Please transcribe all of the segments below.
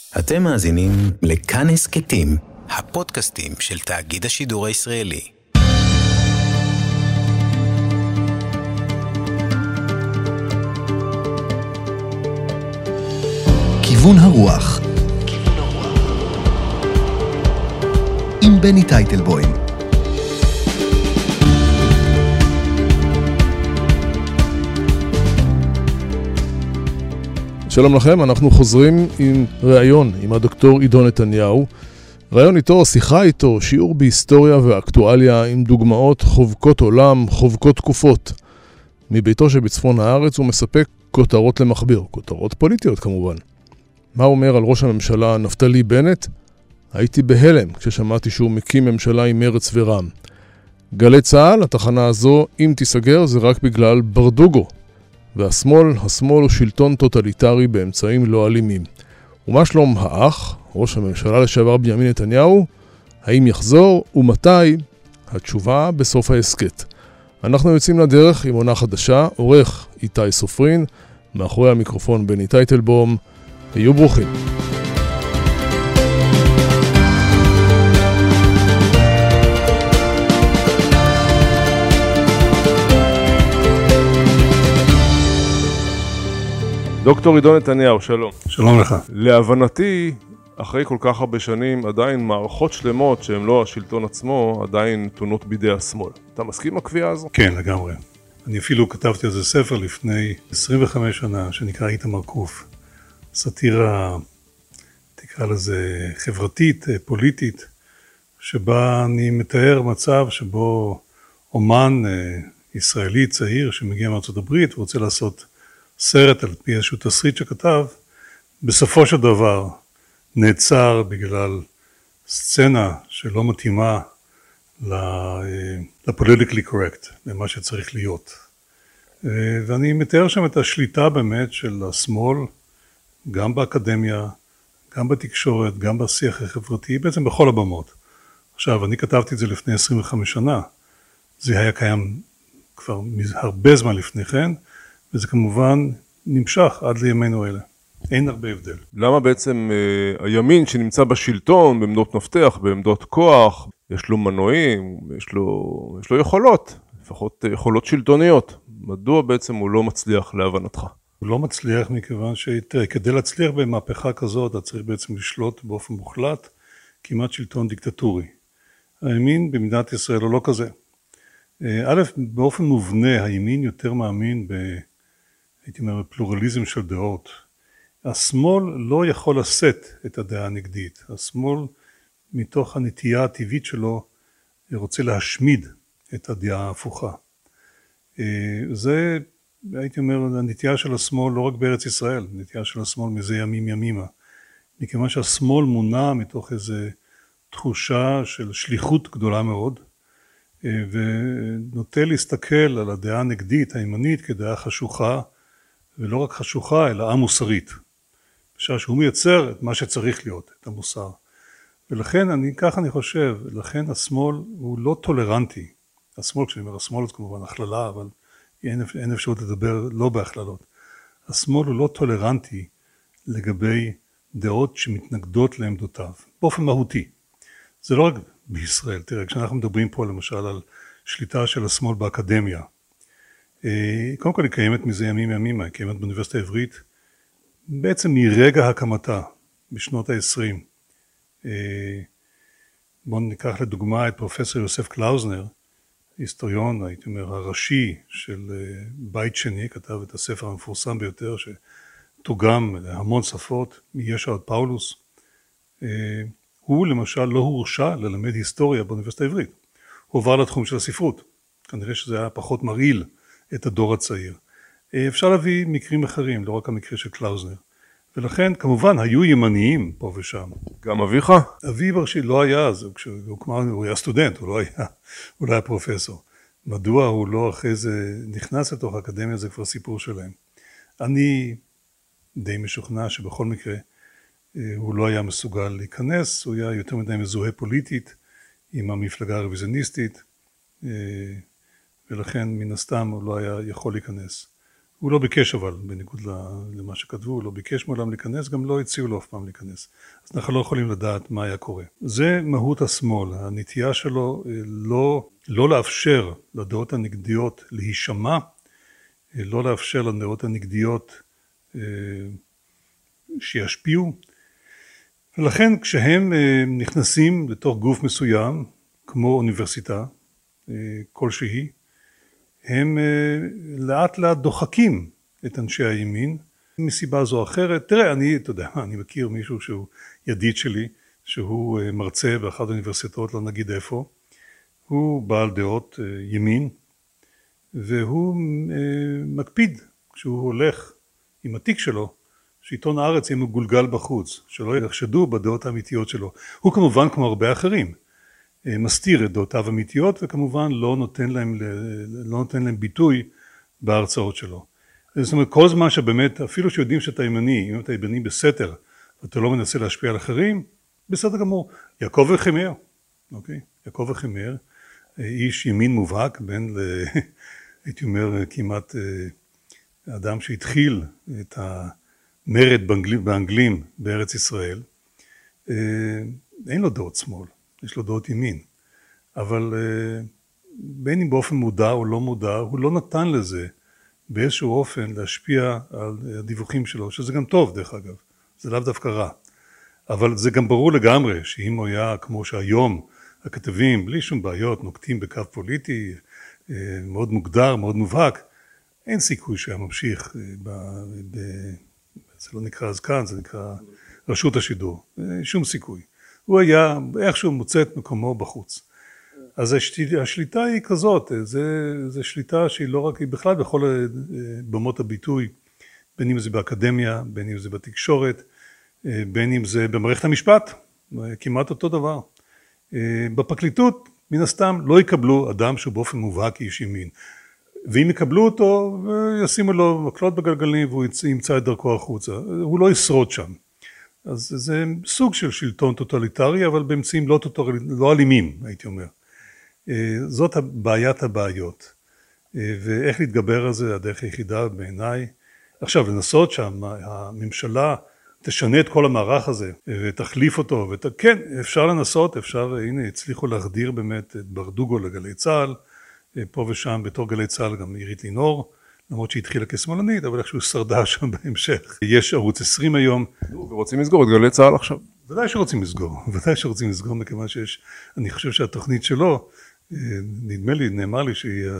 אתם מאזינים לכאן הסכתים, הפודקאסטים של תאגיד השידור הישראלי. כיוון הרוח עם בני טייטלבוים. שלום לכם, אנחנו חוזרים עם ראיון עם הדוקטור עידו נתניהו. ראיון איתו, שיחה איתו, שיעור בהיסטוריה ואקטואליה עם דוגמאות חובקות עולם, חובקות תקופות. מביתו שבצפון הארץ הוא מספק כותרות למחביר, כותרות פוליטיות כמובן. מה הוא אומר על ראש הממשלה נפתלי בנט? הייתי בהלם כששמעתי שהוא מקים ממשלה עם מרץ ורע"מ. גלי צה"ל, התחנה הזו, אם תיסגר זה רק בגלל ברדוגו. והשמאל הוא שלטון טוטליטרי באמצעים לא אלימים. ומה שלום האח, ראש הממשלה לשעבר בנימין נתניהו? האם יחזור ומתי? התשובה בסוף ההסכת. אנחנו יוצאים לדרך עם עונה חדשה, עורך איתי סופרין, מאחורי המיקרופון בני טייטלבום. היו ברוכים. דוקטור עידו נתניהו, שלום. שלום לך. להבנתי, אחרי כל כך הרבה שנים, עדיין מערכות שלמות שהן לא השלטון עצמו, עדיין נתונות בידי השמאל. אתה מסכים עם הקביעה הזו? כן, לגמרי. אני אפילו כתבתי על זה ספר לפני 25 שנה, שנקרא איתמר קוף. סאטירה, תקרא לזה חברתית, פוליטית, שבה אני מתאר מצב שבו אומן ישראלי צעיר שמגיע מארצות הברית ורוצה לעשות סרט על פי איזשהו תסריט שכתב, בסופו של דבר נעצר בגלל סצנה שלא מתאימה לפוליטיקלי קורקט, למה שצריך להיות. ואני מתאר שם את השליטה באמת של השמאל, גם באקדמיה, גם בתקשורת, גם בשיח החברתי, בעצם בכל הבמות. עכשיו, אני כתבתי את זה לפני 25 שנה, זה היה קיים כבר הרבה זמן לפני כן, וזה כמובן נמשך עד לימינו אלה. אין הרבה הבדל. למה בעצם הימין שנמצא בשלטון, בעמדות מפתח, בעמדות כוח, יש לו מנועים, יש לו יכולות, לפחות יכולות שלטוניות. מדוע בעצם הוא לא מצליח להבנתך? הוא לא מצליח מכיוון שכדי להצליח במהפכה כזאת, אתה צריך בעצם לשלוט באופן מוחלט, כמעט שלטון דיקטטורי. הימין במדינת ישראל הוא לא כזה. א', באופן מובנה, הימין יותר מאמין הייתי אומר, בפלורליזם של דעות. השמאל לא יכול לשאת את הדעה הנגדית. השמאל, מתוך הנטייה הטבעית שלו, רוצה להשמיד את הדעה ההפוכה. זה, הייתי אומר, הנטייה של השמאל לא רק בארץ ישראל, הנטייה של השמאל מזה ימים ימימה. מכיוון שהשמאל מונע מתוך איזו תחושה של שליחות גדולה מאוד, ונוטה להסתכל על הדעה הנגדית, הימנית, כדעה חשוכה, ולא רק חשוכה, אלא המוסרית. בשעה שהוא מייצר את מה שצריך להיות, את המוסר. ולכן, ככה אני חושב, לכן השמאל הוא לא טולרנטי. השמאל, כשאני אומר השמאל, זה כמובן הכללה, אבל אין אפשרות לדבר לא בהכללות. השמאל הוא לא טולרנטי לגבי דעות שמתנגדות לעמדותיו, באופן מהותי. זה לא רק בישראל, תראה, כשאנחנו מדברים פה למשל על שליטה של השמאל באקדמיה, קודם כל היא קיימת מזה ימים, היא קיימת באוניברסיטה העברית, בעצם מרגע הקמתה, בשנות ה-20. בואו ניקח לדוגמה את פרופסור יוסף קלאוזנר, היסטוריון, הייתי אומר, הראשי של בית שני, כתב את הספר המפורסם ביותר, שתורגם להמון שפות, מישע עד פאולוס. הוא למשל לא הורשה ללמד היסטוריה באוניברסיטה העברית. הוא עבר לתחום של הספרות. כנראה שזה היה פחות מרעיל את הדור הצעיר. אפשר להביא מקרים אחרים, לא רק המקרה של קלאוזנר. ולכן כמובן היו ימניים פה ושם. גם אביך? אבי ברשי לא היה, הוא היה סטודנט, הוא לא היה פרופסור. מדוע הוא לא אחרי זה נכנס לתוך האקדמיה, זה כבר סיפור שלהם. אני די משוכנע שבכל מקרה הוא לא היה מסוגל להיכנס, הוא היה יותר מדי מזוהה פוליטית עם המפלגה הרוויזיוניסטית, ולכן מן הסתם הוא לא היה יכול להיכנס. הוא לא ביקש אבל, בניגוד למה שכתבו, הוא לא ביקש מעולם להיכנס, גם לא הציעו לו אף פעם להיכנס. אז אנחנו לא יכולים לדעת מה היה קורה. זה מהות השמאל, הנטייה שלו לא לאפשר לדעות הנגדיות להישמע, לא לאפשר לדעות הנגדיות שישפיעו, ולכן כשהם נכנסים לתוך גוף מסוים, כמו אוניברסיטה כלשהי, הם לאט לאט דוחקים את אנשי הימין, מסיבה זו או אחרת. תראה, אני מכיר מישהו שהוא ידיד שלי, שהוא מרצה באחת האוניברסיטאות, לא נגיד איפה, הוא בעל דעות ימין, והוא מקפיד כשהוא הולך עם התיק שלו, שעיתון הארץ יהיה מגולגל בחוץ, שלא יחשדו בדעות האמיתיות שלו. הוא כמובן, כמו הרבה אחרים, מסתיר את דעותיו האמיתיות, וכמובן לא נותן להם ביטוי בהרצאות שלו. זאת אומרת, כל זמן שבאמת, אפילו שיודעים שאתה ימני, אם אתה ימני בסתר, ואתה לא מנסה להשפיע על אחרים, בסדר גמור. יעקב אחימאיר, אוקיי? יעקב אחימאיר, איש ימין מובהק, הייתי אומר, כמעט אדם שהתחיל את המרד באנגלים בארץ ישראל, אין לו דעות שמאל, יש לו דעות ימין, אבל בין אם באופן מודע או לא מודע, הוא לא נתן לזה באיזשהו אופן להשפיע על הדיווחים שלו, שזה גם טוב דרך אגב, זה לאו דווקא רע, אבל זה גם ברור לגמרי, שאם הוא היה כמו שהיום הכתבים, בלי שום בעיות, נוקטים בקו פוליטי, מאוד מוגדר, מאוד מובהק, אין סיכוי שהיה ממשיך, זה לא נקרא אז כאן, זה נקרא רשות השידור, שום סיכוי. הוא היה איכשהו מוצא את מקומו בחוץ. אז השליטה היא כזאת, זה שליטה שהיא לא רק, היא בכלל בכל במות הביטוי, בין אם זה באקדמיה, בין אם זה בתקשורת, בין אם זה במערכת המשפט, כמעט אותו דבר. בפרקליטות, מן הסתם, לא יקבלו אדם שהוא באופן מובהק איש ימין. ואם יקבלו אותו, ישימו לו מקלות בגלגלים והוא ימצא את דרכו החוצה. הוא לא ישרוד שם. אז זה סוג של שלטון טוטליטרי, אבל באמצעים לא אלימים, הייתי אומר. זאת בעיית הבעיות. ואיך להתגבר על זה, הדרך היחידה בעיניי. עכשיו, לנסות שהממשלה תשנה את כל המערך הזה ותחליף אותו. כן, אפשר לנסות, הנה, הצליחו להחדיר באמת את ברדוגו לגלי צה"ל, פה ושם בתור גלי צה"ל גם עירית לינור, למרות שהיא התחילה כשמאלנית, אבל איכשהו שרדה שם בהמשך. יש ערוץ 20 היום. ורוצים לסגור את גלי צה"ל עכשיו. ודאי שרוצים לסגור, מכיוון אני חושב שהתוכנית שלו, נאמר לי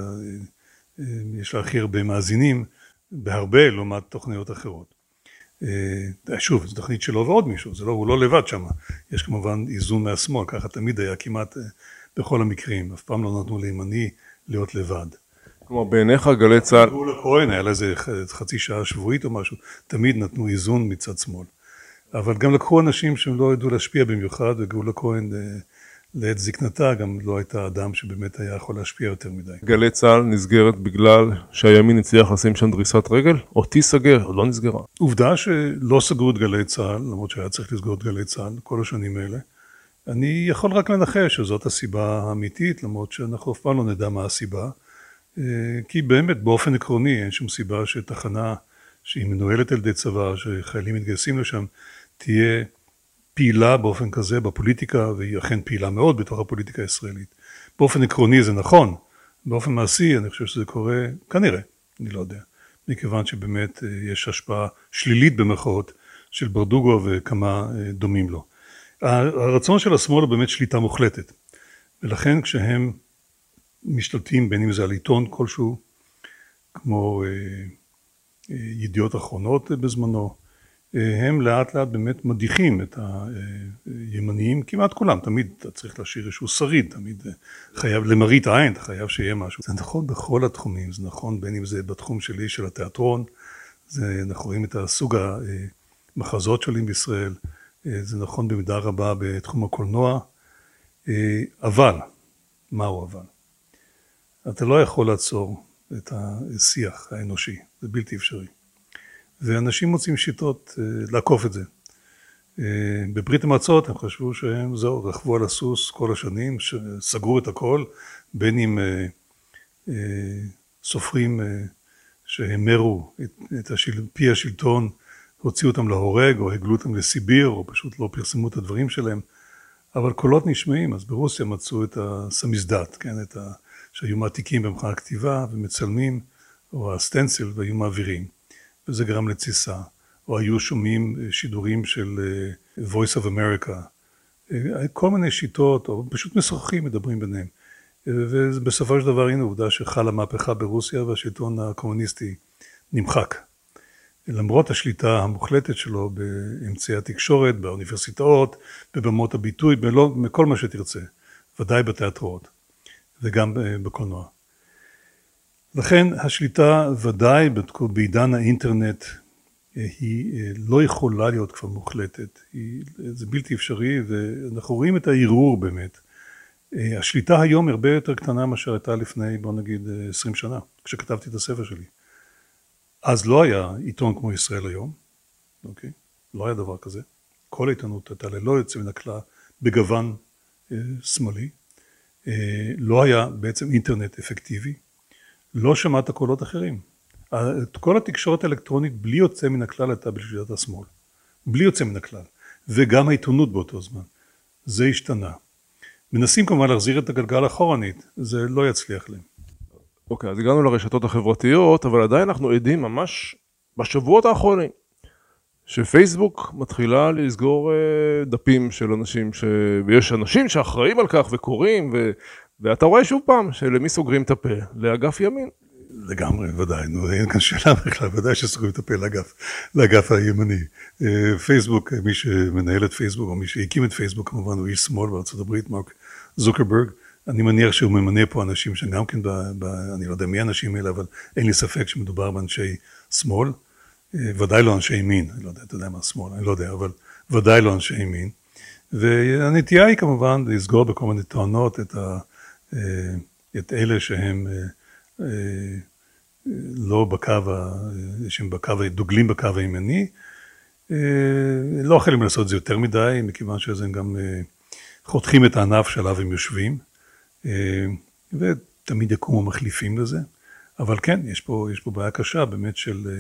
שיש לה הכי הרבה מאזינים, בהרבה לעומת תוכניות אחרות. שוב, זו תוכנית שלו ועוד מישהו, הוא לא לבד שם. יש כמובן איזון מהשמאל, ככה תמיד היה כמעט בכל המקרים, אף פעם לא נתנו לימני להיות לבד. כלומר, בעיניך גלי צה"ל... גאולה כהן, היה לזה חצי שעה שבועית או משהו, תמיד נתנו איזון מצד שמאל. אבל גם לקחו אנשים שהם לא ידעו להשפיע במיוחד, וגאולה כהן לעת זקנתה גם לא הייתה אדם שבאמת היה יכול להשפיע יותר מדי. גלי צה"ל נסגרת בגלל שהימין הצליח לשים שם דריסת רגל, או תיסגר, או לא נסגרה? עובדה שלא סגרו את גלי צה"ל, למרות שהיה צריך לסגור את גלי צה"ל כל השנים האלה. אני יכול רק לנחש שזאת הסיבה האמיתית, למרות שאנחנו אף פעם לא נדע מה הסיבה, כי באמת באופן עקרוני אין שום סיבה שתחנה שהיא מנוהלת על ידי צבא, שחיילים מתגייסים לשם, תהיה פעילה באופן כזה בפוליטיקה, והיא אכן פעילה מאוד בתוך הפוליטיקה הישראלית. באופן עקרוני זה נכון, באופן מעשי אני חושב שזה קורה, כנראה, אני לא יודע, מכיוון שבאמת יש השפעה שלילית במרכאות של ברדוגו וכמה דומים לו. הרצון של השמאל הוא באמת שליטה מוחלטת, ולכן כשהם משתלטים בין אם זה על עיתון כלשהו, כמו ידיעות אחרונות בזמנו, הם לאט לאט באמת מדיחים את הימניים, כמעט כולם, תמיד אתה צריך להשאיר איזשהו שריד, תמיד חייב למראית העין, אתה חייב שיהיה משהו. זה נכון בכל התחומים, זה נכון בין אם זה בתחום שלי של התיאטרון, אנחנו רואים את הסוג המחזות שולים בישראל, זה נכון במידה רבה בתחום הקולנוע, אבל, מהו אבל? אתה לא יכול לעצור את השיח האנושי, זה בלתי אפשרי. ואנשים מוצאים שיטות לעקוף את זה. בברית המועצות הם חשבו שהם רכבו על הסוס כל השנים, סגרו את הכל, בין אם סופרים שהמרו את פי השלטון, הוציאו אותם להורג או הגלו אותם לסיביר או פשוט לא פרסמו את הדברים שלהם, אבל קולות נשמעים. אז ברוסיה מצאו את הסמיזדט, כן? שהיו מעתיקים במכונת הכתיבה ומצלמים, או הסטנסיל, והיו מעבירים, וזה גרם לתסיסה. או היו שומעים שידורים של Voice of America, כל מיני שיטות, או פשוט משוחחים, מדברים ביניהם. ובסופו של דבר הנה עובדה שחלה מהפכה ברוסיה והשלטון הקומוניסטי נמחק. למרות השליטה המוחלטת שלו באמצעי התקשורת, באוניברסיטאות, בבמות הביטוי, בכל מה שתרצה, ודאי בתיאטראות וגם בקולנוע. לכן השליטה ודאי בעידן האינטרנט היא לא יכולה להיות כבר מוחלטת, זה בלתי אפשרי, ואנחנו רואים את הערעור באמת. השליטה היום הרבה יותר קטנה מאשר הייתה לפני, בוא נגיד, 20 שנה, כשכתבתי את הספר שלי. אז לא היה עיתון כמו ישראל היום, אוקיי? לא היה דבר כזה. כל העיתונות הייתה ללא יוצא מן הכלל בגוון שמאלי. לא היה בעצם אינטרנט אפקטיבי. לא שמעת קולות אחרים. כל התקשורת האלקטרונית בלי יוצא מן הכלל הייתה בשליטת השמאל. בלי יוצא מן הכלל. וגם העיתונות באותו זמן. זה השתנה. מנסים כמובן להחזיר את הגלגל אחורנית. זה לא יצליח להם. אוקיי, אז הגענו לרשתות החברתיות, אבל עדיין אנחנו עדים ממש בשבועות האחרונים, שפייסבוק מתחילה לסגור דפים של אנשים, ויש אנשים שאחראים על כך וקוראים, ואתה רואה שוב פעם שלמי סוגרים את הפה? לאגף ימין. לגמרי, ודאי, אין כאן שאלה בכלל, ודאי שסוגרים את הפה לאגף הימני. פייסבוק, מי שמנהל את פייסבוק, או מי שהקים את פייסבוק, כמובן הוא איש שמאל בארצות הברית, מרק זוקרברג. אני מניח שהוא ממנה פה אנשים שגם כן, אני לא יודע מי האנשים האלה, אבל אין לי ספק שמדובר באנשי שמאל, ודאי לא אנשי ימין, אני לא יודע, אתה יודע מה שמאל, אני לא יודע, אבל ודאי לא אנשי ימין. והנטייה היא כמובן לסגור בכל מיני טענות את אלה שהם לא בקו, שהם דוגלים בקו הימני, לא יכולים לעשות את זה יותר מדי, מכיוון שזה גם חותכים את הענף שעליו הם יושבים, ותמיד יקומו מחליפים לזה, אבל כן, יש פה בעיה קשה באמת של,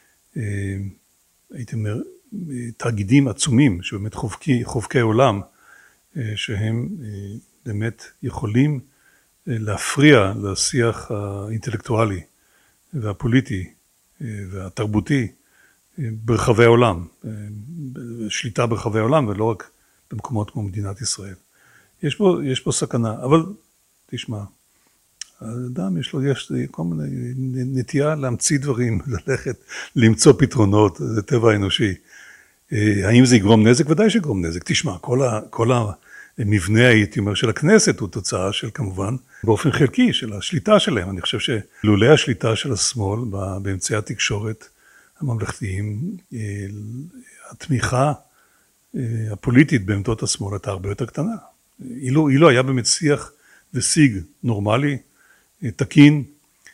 הייתי אומר, תאגידים עצומים, שבאמת חובקי עולם, שהם באמת יכולים להפריע לשיח האינטלקטואלי והפוליטי והתרבותי ברחבי העולם, שליטה ברחבי העולם ולא רק במקומות כמו מדינת ישראל. יש פה סכנה, אבל תשמע, האדם יש כל מיני נטייה להמציא דברים, ללכת, למצוא פתרונות, זה טבע האנושי. האם זה יגרום נזק? ודאי שיגרום נזק. תשמע, כל המבנה, הייתי אומר, של הכנסת הוא תוצאה של כמובן, באופן חלקי, של השליטה שלהם. אני חושב שלולא השליטה של השמאל באמצעי התקשורת הממלכתיים, התמיכה הפוליטית בעמדות השמאל הייתה הרבה יותר קטנה. אילו היה באמת שיח ושיג נורמלי, תקין,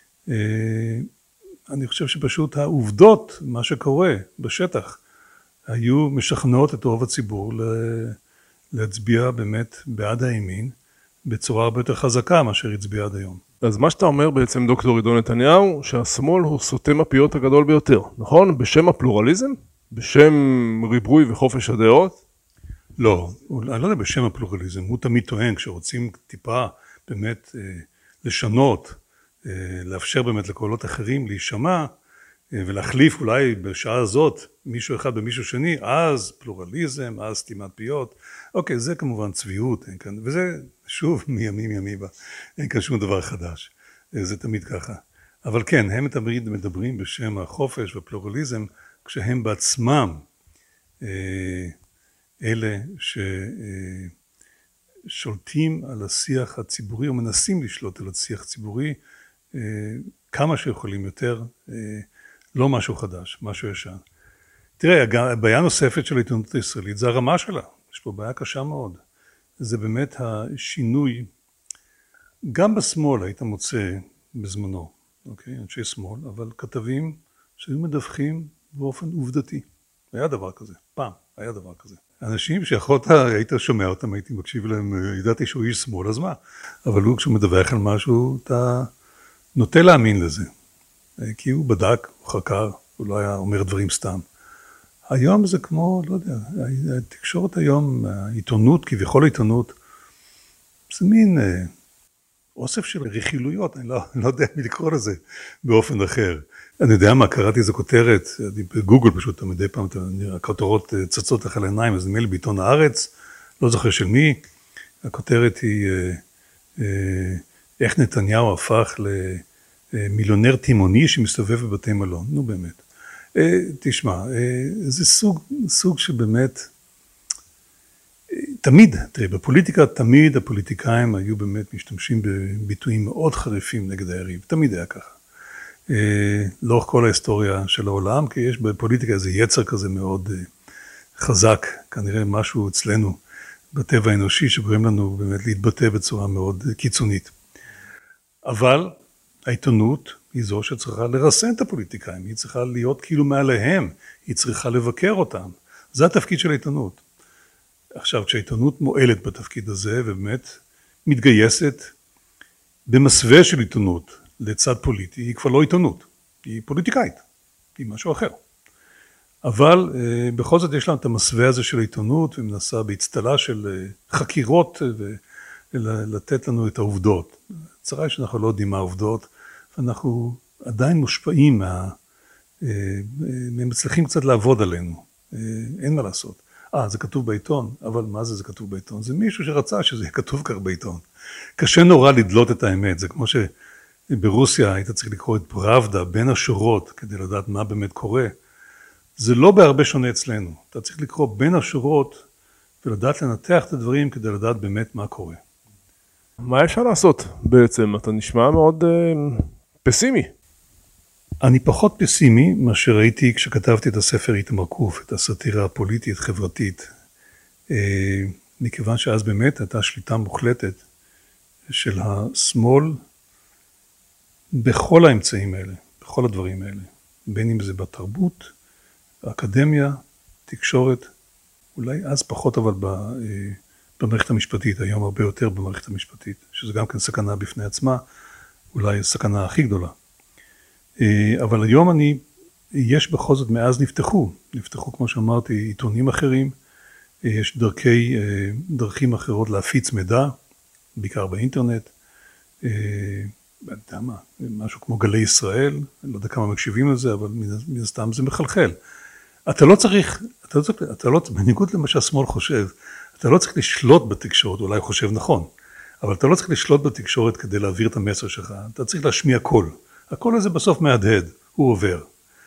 אני חושב שפשוט העובדות, מה שקורה בשטח, היו משכנעות את רוב הציבור להצביע באמת בעד הימין, בצורה הרבה יותר חזקה מאשר הצביע עד היום. אז מה שאתה אומר בעצם דוקטור עידו נתניהו, שהשמאל הוא סותם הפיות הגדול ביותר, נכון? בשם הפלורליזם? בשם ריבוי וחופש הדעות? לא, אני לא יודע בשם הפלורליזם, הוא תמיד טוען כשרוצים טיפה באמת לשנות, לאפשר באמת לקולות אחרים להישמע, ולהחליף אולי בשעה הזאת מישהו אחד במישהו שני, אז פלורליזם, אז סתימת פיות, אוקיי, זה כמובן צביעות, אין כאן, וזה שוב מימים, אין כאן שום דבר חדש, זה תמיד ככה. אבל כן, הם תמיד מדברים בשם החופש והפלורליזם, כשהם בעצמם אלה ששולטים על השיח הציבורי, או מנסים לשלוט על השיח הציבורי, כמה שיכולים יותר, לא משהו חדש, משהו ישן. תראה, הבעיה נוספת של העיתונות הישראלית זה הרמה שלה, יש פה בעיה קשה מאוד. זה באמת השינוי, גם בשמאל היית מוצא בזמנו, אוקיי, אנשי שמאל, אבל כתבים שהיו מדווחים באופן עובדתי. היה דבר כזה, פעם היה דבר כזה. אנשים שיכולת, היית שומע אותם, הייתי מקשיב להם, ידעתי שהוא איש שמאל, אז מה? אבל הוא כשהוא מדווח על משהו, אתה נוטה להאמין לזה. כי הוא בדק, הוא חקר, הוא לא היה אומר דברים סתם. היום זה כמו, לא יודע, התקשורת היום, העיתונות, כביכול העיתונות, זה מין אוסף של רכילויות, אני לא יודע מי לקרוא לזה באופן אחר. אני יודע מה, קראתי איזו כותרת, בגוגל פשוט, מדי פעם הכותרות צצות לך לעיניים, אז נדמה לי בעיתון הארץ, לא זוכר של מי, הכותרת היא איך נתניהו הפך למיליונר תימוני שמסתובב בבתי מלון, נו באמת. תשמע, זה סוג שבאמת, תמיד, תראה, בפוליטיקה תמיד הפוליטיקאים היו באמת משתמשים בביטויים מאוד חריפים נגד היריב, תמיד היה ככה. לאורך כל ההיסטוריה של העולם, כי יש בפוליטיקה איזה יצר כזה מאוד חזק, כנראה משהו אצלנו בטבע האנושי שגורם לנו באמת להתבטא בצורה מאוד קיצונית. אבל העיתונות היא זו שצריכה לרסן את הפוליטיקאים, היא צריכה להיות כאילו מעליהם, היא צריכה לבקר אותם. זה התפקיד של העיתונות. עכשיו, כשהעיתונות מועלת בתפקיד הזה, ובאמת מתגייסת במסווה של עיתונות לצד פוליטי, היא כבר לא עיתונות, היא פוליטיקאית, היא משהו אחר. אבל בכל זאת יש לנו את המסווה הזה של העיתונות, ומנסה בהצטלה של חקירות ולתת לנו את העובדות. הצרה היא שאנחנו לא יודעים מה העובדות, ואנחנו עדיין מושפעים, מצליחים קצת לעבוד עלינו, אין מה לעשות. זה כתוב בעיתון, אבל מה זה כתוב בעיתון? זה מישהו שרצה שזה יהיה כתוב כך בעיתון. קשה נורא לדלות את האמת, זה כמו שברוסיה היית צריך לקרוא את פראבדה בין השורות, כדי לדעת מה באמת קורה. זה לא בהרבה שונה אצלנו, אתה צריך לקרוא בין השורות, ולדעת לנתח את הדברים כדי לדעת באמת מה קורה. מה אפשר לעשות בעצם? אתה נשמע מאוד פסימי. אני פחות פסימי מה שראיתי כשכתבתי את הספר איתמר קוף, את הסאטירה הפוליטית, חברתית, מכיוון שאז באמת הייתה שליטה מוחלטת של השמאל בכל האמצעים האלה, בכל הדברים האלה, בין אם זה בתרבות, האקדמיה, תקשורת, אולי אז פחות אבל במערכת המשפטית, היום הרבה יותר במערכת המשפטית, שזה גם כן סכנה בפני עצמה, אולי הסכנה הכי גדולה. אבל היום יש בכל זאת מאז נפתחו כמו שאמרתי עיתונים אחרים, יש דרכים אחרות להפיץ מידע, בעיקר באינטרנט, יודע מה, משהו כמו גלי ישראל, אני לא יודע כמה מקשיבים לזה, אבל מן הסתם זה מחלחל. אתה לא צריך, בניגוד למה שהשמאל חושב, אתה לא צריך לשלוט בתקשורת, אולי חושב נכון, אבל אתה לא צריך לשלוט בתקשורת כדי להעביר את המסר שלך, אתה צריך להשמיע קול. הקול הזה בסוף מהדהד, הוא עובר.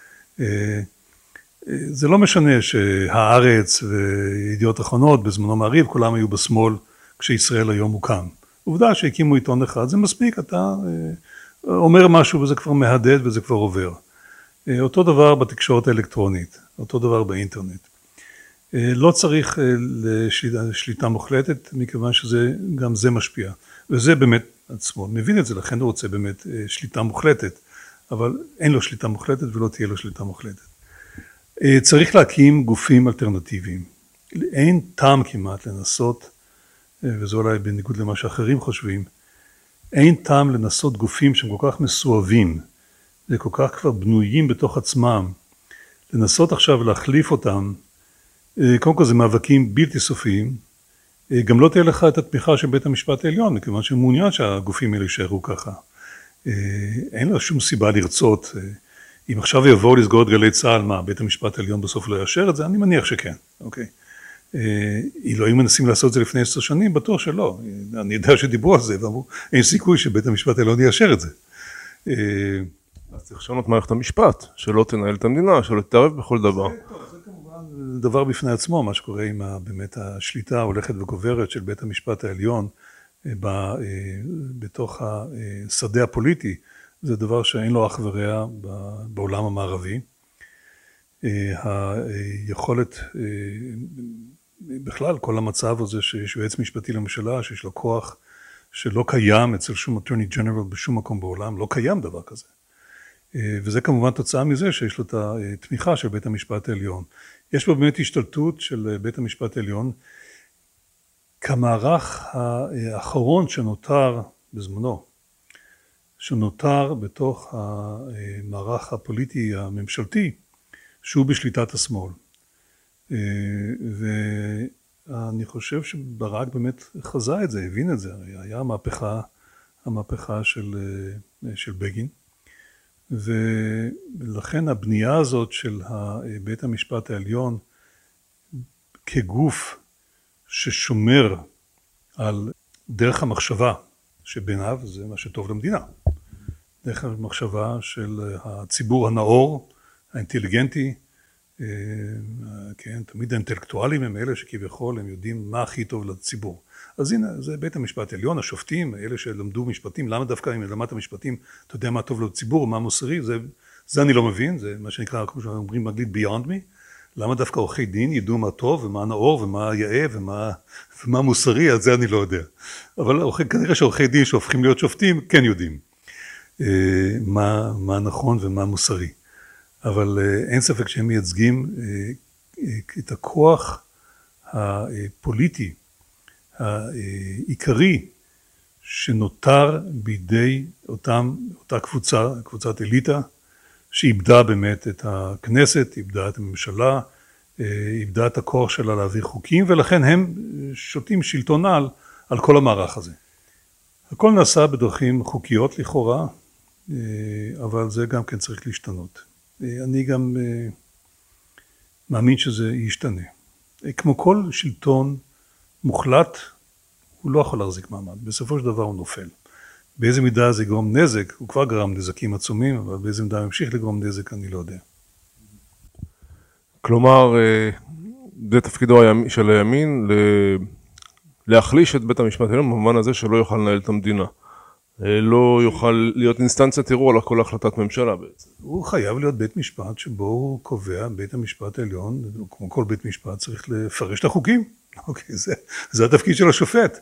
זה לא משנה שהארץ וידיעות אחרונות בזמנו מעריב, כולם היו בשמאל כשישראל היום הוקם. עובדה שהקימו עיתון אחד, זה מספיק, אתה אומר משהו וזה כבר מהדהד וזה כבר עובר. אותו דבר בתקשורת האלקטרונית, אותו דבר באינטרנט. לא צריך שליטה מוחלטת, מכיוון שגם זה משפיע. וזה באמת, השמאל מבין את זה, לכן הוא רוצה באמת שליטה מוחלטת, אבל אין לו שליטה מוחלטת ולא תהיה לו שליטה מוחלטת. צריך להקים גופים אלטרנטיביים. אין טעם כמעט לנסות, וזה אולי בניגוד למה שאחרים חושבים, אין טעם לנסות גופים שהם כל כך מסואבים, וכל כך כבר בנויים בתוך עצמם, לנסות עכשיו להחליף אותם, קודם כל זה מאבקים בלתי סופיים, גם לא תהיה לך את התמיכה של בית המשפט העליון, מכיוון שמעוניין שהגופים האלה יישארו ככה. אין לה שום סיבה לרצות, אם עכשיו יבואו לסגור את גלי צה"ל, מה, בית המשפט העליון בסוף לא יאשר את זה? אני מניח שכן, אוקיי. לא היו מנסים לעשות את זה לפני 10 שנים, בטוח שלא. אני יודע שדיברו על זה, ואמרו, אין סיכוי שבית המשפט העליון יאשר את זה. אז צריך לשנות מערכת המשפט, שלא תנהל את המדינה, שלא תתערב בכל דבר. זה כמובן דבר בפני עצמו, מה שקורה עם באמת השליטה ההולכת וגוברת של בית המשפט העליון בתוך השדה הפוליטי, זה דבר שאין לו אח ורע בעולם המערבי. היכולת, בכלל כל המצב הזה שיש יועץ משפטי לממשלה, שיש לו כוח שלא קיים אצל שום Attorney General בשום מקום בעולם, לא קיים דבר כזה. וזה כמובן תוצאה מזה שיש לו את התמיכה של בית המשפט העליון. יש פה באמת השתלטות של בית המשפט העליון, כמערך האחרון שנותר בזמנו, שנותר בתוך המערך הפוליטי הממשלתי, שהוא בשליטת השמאל. ואני חושב שברק באמת חזה את זה, הבין את זה, היה המהפכה של בגין, ולכן הבנייה הזאת של בית המשפט העליון כגוף ששומר על דרך המחשבה שביניו, זה מה שטוב למדינה. דרך המחשבה של הציבור הנאור, האינטליגנטי, כן, תמיד האינטלקטואלים הם אלה שכביכול הם יודעים מה הכי טוב לציבור. אז הנה, זה בית המשפט העליון, השופטים, אלה שלמדו משפטים, למה דווקא אם למדת משפטים, אתה יודע מה טוב לציבור, מה מוסרי, זה אני לא מבין, זה מה שנקרא, כמו שאומרים באנגלית, beyond me. למה דווקא עורכי דין ידעו מה טוב ומה נאור ומה יאה ומה מוסרי, על זה אני לא יודע. אבל כנראה שעורכי דין שהופכים להיות שופטים, כן יודעים מה נכון ומה מוסרי. אבל אין ספק שהם מייצגים את הכוח הפוליטי העיקרי שנותר בידי אותה קבוצת אליטה, שאיבדה באמת את הכנסת, איבדה את הממשלה, איבדה את הכוח שלה להעביר חוקים, ולכן הם שותים שלטון על כל המערך הזה. הכל נעשה בדרכים חוקיות לכאורה, אבל זה גם כן צריך להשתנות. אני גם מאמין שזה ישתנה. כמו כל שלטון מוחלט, הוא לא יכול להחזיק מעמד. בסופו של דבר הוא נופל. באיזה מידה זה יגרום נזק, הוא כבר גרם נזקים עצומים, אבל באיזה מידה ימשיך לגרום נזק, אני לא יודע. כלומר, זה תפקידו של הימין להחליש את בית המשפט העליון, במובן הזה שלא יוכל לנהל את המדינה. לא יוכל להיות אינסטנציית ערעור על כל החלטת ממשלה בעצם. הוא חייב להיות בית משפט שבו הוא קובע, בית המשפט העליון, כמו כל בית משפט, צריך לפרש את החוקים. אוקיי, זה התפקיד של השופט.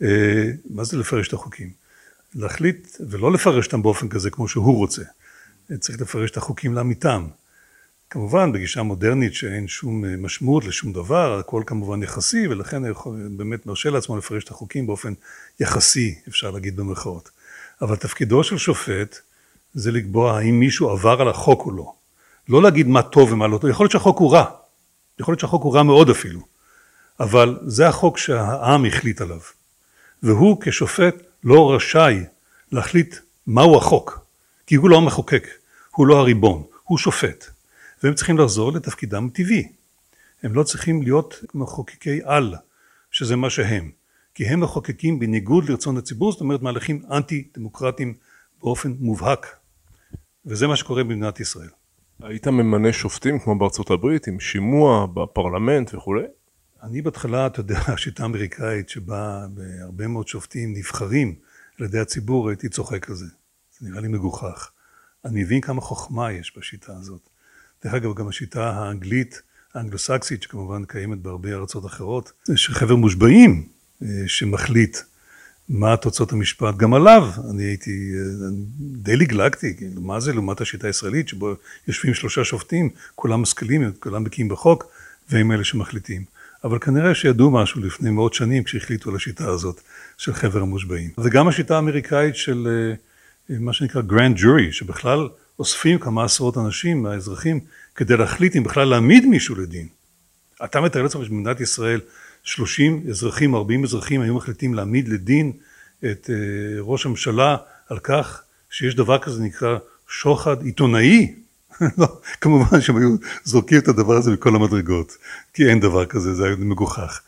מה זה לפרש את החוקים? להחליט ולא לפרש אותם באופן כזה כמו שהוא רוצה. צריך לפרש את החוקים לאמיתם. כמובן, בגישה מודרנית שאין שום משמעות לשום דבר, הכל כמובן יחסי, ולכן באמת מרשה לעצמו לפרש את החוקים באופן יחסי, אפשר להגיד במרכאות. אבל תפקידו של שופט זה לקבוע האם מישהו עבר על החוק או לא. לא להגיד מה טוב ומה לא טוב, יכול להיות שהחוק הוא רע. יכול להיות שהחוק הוא רע מאוד אפילו. אבל זה החוק שהעם החליט עליו. והוא כשופט לא רשאי להחליט מהו החוק. כי הוא לא המחוקק, הוא לא הריבון, הוא שופט. והם צריכים לחזור לתפקידם טבעי. הם לא צריכים להיות מחוקקי על, שזה מה שהם. כי הם מחוקקים בניגוד לרצון הציבור, זאת אומרת מהלכים אנטי-דמוקרטיים באופן מובהק. וזה מה שקורה במדינת ישראל. היית ממנה שופטים כמו בארצות הברית, עם שימוע בפרלמנט וכו'? אני בהתחלה, אתה יודע, השיטה האמריקאית שבה בהרבה מאוד שופטים נבחרים על ידי הציבור, הייתי צוחק על זה. זה נראה לי מגוחך. אני מבין כמה חוכמה יש בשיטה הזאת. דרך אגב, גם השיטה האנגלית, האנגלוסקסית, שכמובן קיימת בהרבה ארצות אחרות, יש חבר מושבעים שמחליט מה תוצאות המשפט. גם עליו אני הייתי די לגלגתי, מה זה לעומת השיטה הישראלית, שבו יושבים 3 שופטים, כולם משכילים, כולם בקיאים בחוק, והם אלה שמחליטים. אבל כנראה שידעו משהו לפני מאות שנים, כשהחליטו על השיטה הזאת של חבר המושבעים. וגם השיטה האמריקאית של מה שנקרא grand jury, שבכלל אוספים כמה עשרות אנשים מהאזרחים, כדי להחליט אם בכלל להעמיד מישהו לדין. אתה מתאר לעצמך שבמדינת ישראל 30 אזרחים, 40 אזרחים היו מחליטים להעמיד לדין את ראש הממשלה על כך שיש דבר כזה נקרא שוחד עיתונאי. לא, כמובן שהם היו זורקים את הדבר הזה מכל המדרגות, כי אין דבר כזה, זה היה מגוחך.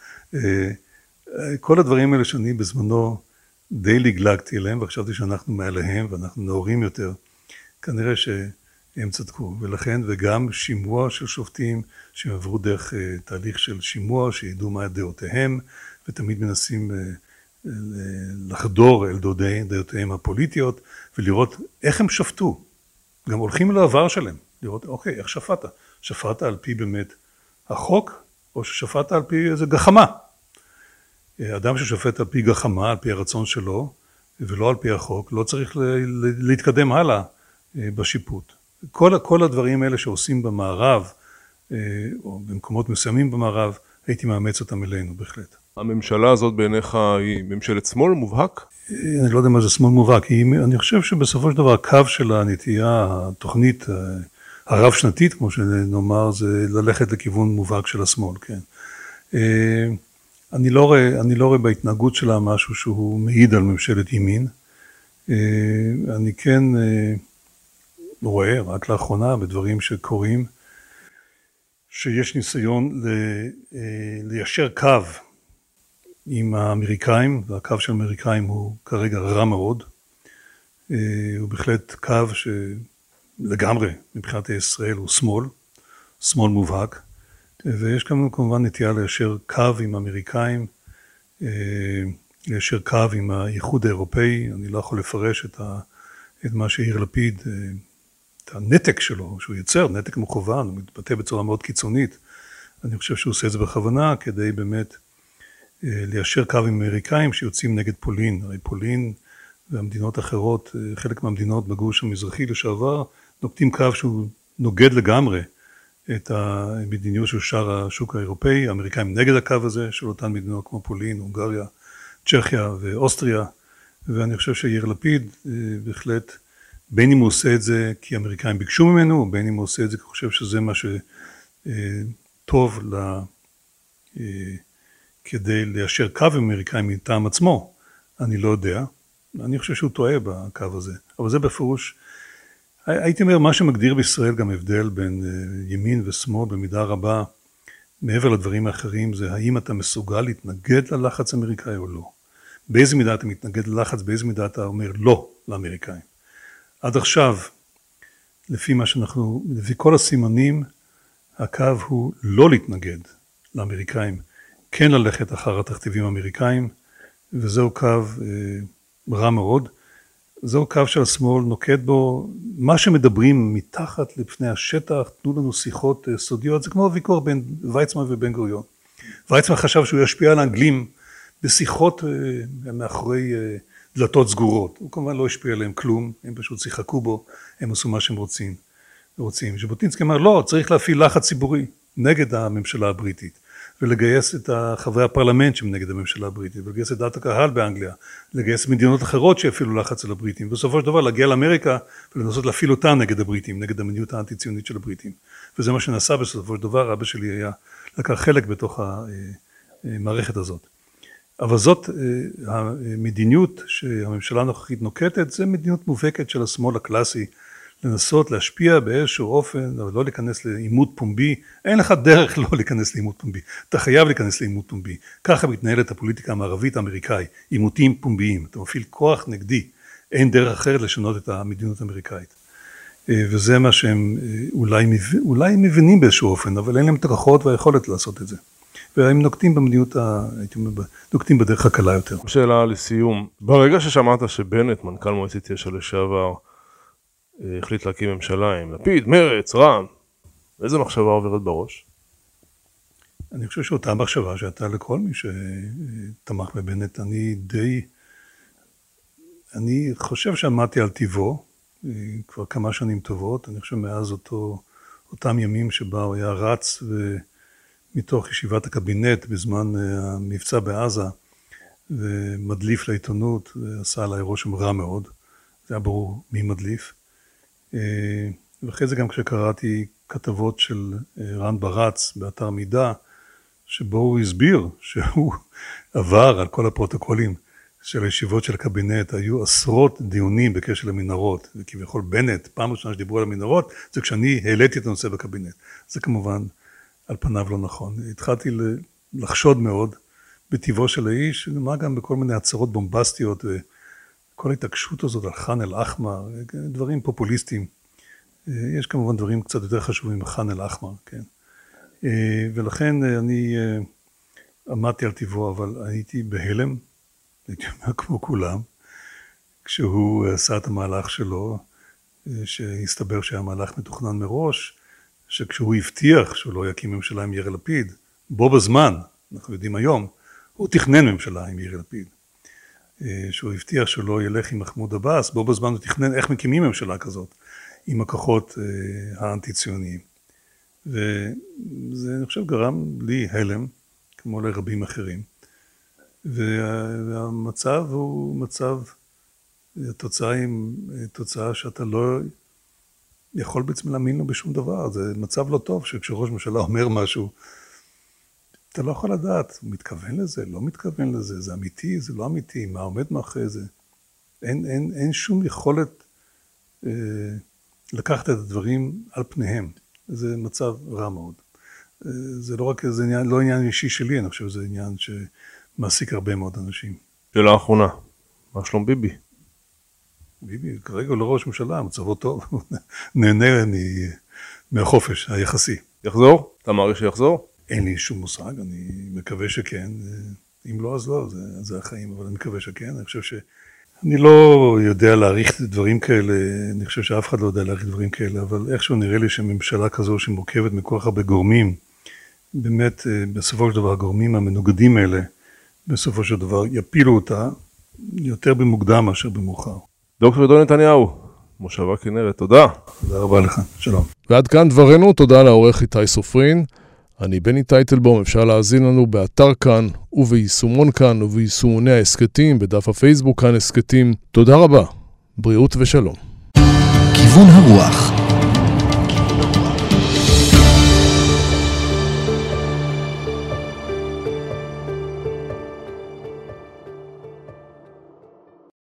כל הדברים האלה שאני בזמנו די לגלגתי אליהם, וחשבתי שאנחנו מעליהם ואנחנו נאורים יותר, כנראה שהם צדקו, ולכן וגם שימוע של שופטים שעברו דרך תהליך של שימוע, שידעו מה דעותיהם, ותמיד מנסים לחדור אל דעותיהם הפוליטיות, ולראות איך הם שפטו. גם הולכים לעבר שלהם, לראות, אוקיי, איך שפטת? שפטת על פי באמת החוק, או ששפטת על פי איזה גחמה? אדם ששופט על פי גחמה, על פי הרצון שלו, ולא על פי החוק, לא צריך להתקדם הלאה בשיפוט. כל הדברים האלה שעושים במערב, או במקומות מסוימים במערב, הייתי מאמץ אותם אלינו בהחלט. הממשלה הזאת בעיניך היא ממשלת שמאל מובהק? אני לא יודע מה זה שמאל מובהק, אני חושב שבסופו של דבר הקו של הנטייה, התוכנית הרב שנתית, כמו שנאמר, זה ללכת לכיוון מובהק של השמאל, כן. אני לא רואה בהתנהגות שלה משהו שהוא מעיד על ממשלת ימין. אני כן רואה, רק לאחרונה, בדברים שקורים, שיש ניסיון ליישר קו עם האמריקאים, והקו של האמריקאים הוא כרגע רע מאוד. הוא בהחלט קו שלגמרי מבחינת ישראל הוא שמאל מובהק, ויש כמובן נטייה ליישר קו עם האמריקאים, ליישר קו עם האיחוד האירופאי. אני לא יכול לפרש את מה שיאיר לפיד, את הנתק שלו, שהוא יצר, נתק מכוון, הוא מתבטא בצורה מאוד קיצונית. אני חושב שהוא עושה את זה בכוונה, כדי באמת ליישר קו עם האמריקאים שיוצאים נגד פולין. הרי פולין והמדינות האחרות, חלק מהמדינות בגוש המזרחי לשעבר, נוקטים קו שהוא נוגד לגמרי את המדיניות של שאר השוק האירופאי. האמריקאים נגד הקו הזה של אותן מדינות כמו פולין, הונגריה, צ'כיה ואוסטריה, ואני חושב שיאיר לפיד בהחלט, בין אם הוא עושה את זה כי האמריקאים ביקשו ממנו, בין אם הוא עושה את זה כי הוא חושב שזה מה שטוב כדי ליישר קו עם האמריקאים מטעם עצמו, אני לא יודע. אני חושב שהוא טועה בקו הזה, אבל זה בפירוש, הייתי אומר, מה שמגדיר בישראל גם הבדל בין ימין ושמאל במידה רבה, מעבר לדברים האחרים, זה האם אתה מסוגל להתנגד ללחץ האמריקאי או לא. באיזה מידה אתה מתנגד ללחץ, באיזה מידה אתה אומר לא לאמריקאים. עד עכשיו, לפי כל הסימנים, הקו הוא לא להתנגד לאמריקאים, כן ללכת אחר התכתיבים האמריקאים, וזהו קו רע מאוד. זהו קו של השמאל, נוקט בו, מה שמדברים מתחת לפני השטח, תנו לנו שיחות סודיות, זה כמו ויכוח בין ויצמן ובן גוריון. ויצמן חשב שהוא ישפיע על האנגלים בשיחות מאחורי דלתות סגורות. הוא כמובן לא השפיע עליהם כלום, הם פשוט שיחקו בו, הם עשו מה שהם רוצים. ז'בוטינסקי אמר, לא, צריך להפעיל לחץ ציבורי נגד הממשלה הבריטית, ולגייס את חברי הפרלמנט שהם נגד הממשלה הבריטית, ולגייס את דעת הקהל באנגליה, לגייס מדינות אחרות שיפעילו לחץ על הבריטים, ובסופו של דבר להגיע לאמריקה ולנסות להפעיל אותם נגד הבריטים, נגד המדיניות האנטי-ציונית של הבריטים. וזה מה שנעשה בסופו של דבר, אבא שלי לקח חלק בתוך המערכת הזאת. אבל זאת המדיניות שהממשלה הנוכחית נוקטת, זה מדיניות מובהקת של השמאל הקלאסי, לנסות להשפיע באיזשהו אופן, אבל לא להיכנס לעימות פומבי. אין לך דרך לא להיכנס לעימות פומבי. אתה חייב להיכנס לעימות פומבי. ככה מתנהלת הפוליטיקה המערבית האמריקאי, עימותים פומביים. אתה מפעיל כוח נגדי. אין דרך אחרת לשנות את המדיניות האמריקאית. וזה מה שהם אולי מבינים באיזשהו אופן, אבל אין להם את הכוחות והיכולת לעשות את זה. והם נוקטים במדיניות, הייתי אומר, נוקטים בדרך הקלה יותר. שאלה לסיום. ברגע ששמעת שבנט, מנכ"ל מועצת יש"ע לשעבר, החליט להקים ממשלה עם לפיד, מרץ, רע"מ, איזה מחשבה עוברת בראש? אני חושב שאותה מחשבה שהייתה לכל מי שתמך בבנט, אני חושב שעמדתי על טיבו, כבר כמה שנים טובות, אני חושב מאז אותם ימים שבה הוא היה רץ ומתוך ישיבת הקבינט בזמן המבצע בעזה, ומדליף לעיתונות, ועשה עליי רושם רע מאוד, זה היה ברור מי מדליף. ואחרי זה גם כשקראתי כתבות של רן ברץ באתר מידע, שבו הוא הסביר שהוא עבר על כל הפרוטוקולים של הישיבות של הקבינט, היו עשרות דיונים בקשר למנהרות, וכביכול בנט, פעם ראשונה שדיברו על המנהרות, זה כשאני העליתי את הנושא בקבינט. זה כמובן על פניו לא נכון. התחלתי לחשוד מאוד בטבעו של האיש, ומה גם בכל מיני הצהרות בומבסטיות, כל ההתעקשות הזאת על ח'אן אל-אחמר, דברים פופוליסטיים. יש כמובן דברים קצת יותר חשובים מח'אן אל-אחמר, כן. ולכן אני עמדתי על טבעו, אבל הייתי בהלם, הייתי אומר כמו כולם, כשהוא עשה את המהלך שלו, שהסתבר שהיה מהלך מתוכנן מראש, שכשהוא הבטיח שהוא לא יקים ממשלה עם יאיר לפיד, בו בזמן, אנחנו יודעים היום, הוא תכנן ממשלה עם יאיר לפיד. שהוא הבטיח שהוא לא ילך עם מחמוד עבאס, בו בזמן הוא תכנן איך מקימים ממשלה כזאת, עם הכוחות האנטי-ציוניים. וזה, אני חושב, גרם לי הלם, כמו לרבים אחרים. והמצב הוא מצב, התוצאה היא תוצאה שאתה לא יכול בעצם להאמין לו בשום דבר. זה מצב לא טוב שכשראש ממשלה אומר משהו, אתה לא יכול לדעת, הוא מתכוון לזה, לא מתכוון לזה, זה אמיתי, זה לא אמיתי, מה עומד מאחורי זה. אין שום יכולת לקחת את הדברים על פניהם. זה מצב רע מאוד. זה לא רק איזה עניין, לא עניין אישי שלי, אני חושב שזה עניין שמעסיק הרבה מאוד אנשים. שאלה האחרונה, מה שלום ביבי? ביבי, כרגע הוא לא ראש ממשלה, מצבו טוב, נהנה מהחופש היחסי. יחזור? אתה מעריך שיחזור? אין לי שום מושג, אני מקווה שכן, אם לא אז לא, זה החיים, אבל אני מקווה שכן, אני חושב אני לא יודע להעריך דברים כאלה, אני חושב שאף אחד לא יודע להעריך דברים כאלה, אבל איכשהו נראה לי שממשלה כזו שמורכבת מכל כך הרבה גורמים, באמת בסופו של דבר הגורמים המנוגדים האלה, בסופו של דבר יפילו אותה יותר במוקדם מאשר במאוחר. דוקטור עידו נתניהו, מושבה כנרת, תודה. תודה רבה לך, שלום. ועד כאן דברנו, תודה לעורך איתי סופרין. אני בני טייטלבום, אפשר להאזין לנו באתר כאן וביישומון כאן וביישומוני העסקתים, בדף הפייסבוק כאן עסקתים. תודה רבה, בריאות ושלום. כיוון הרוח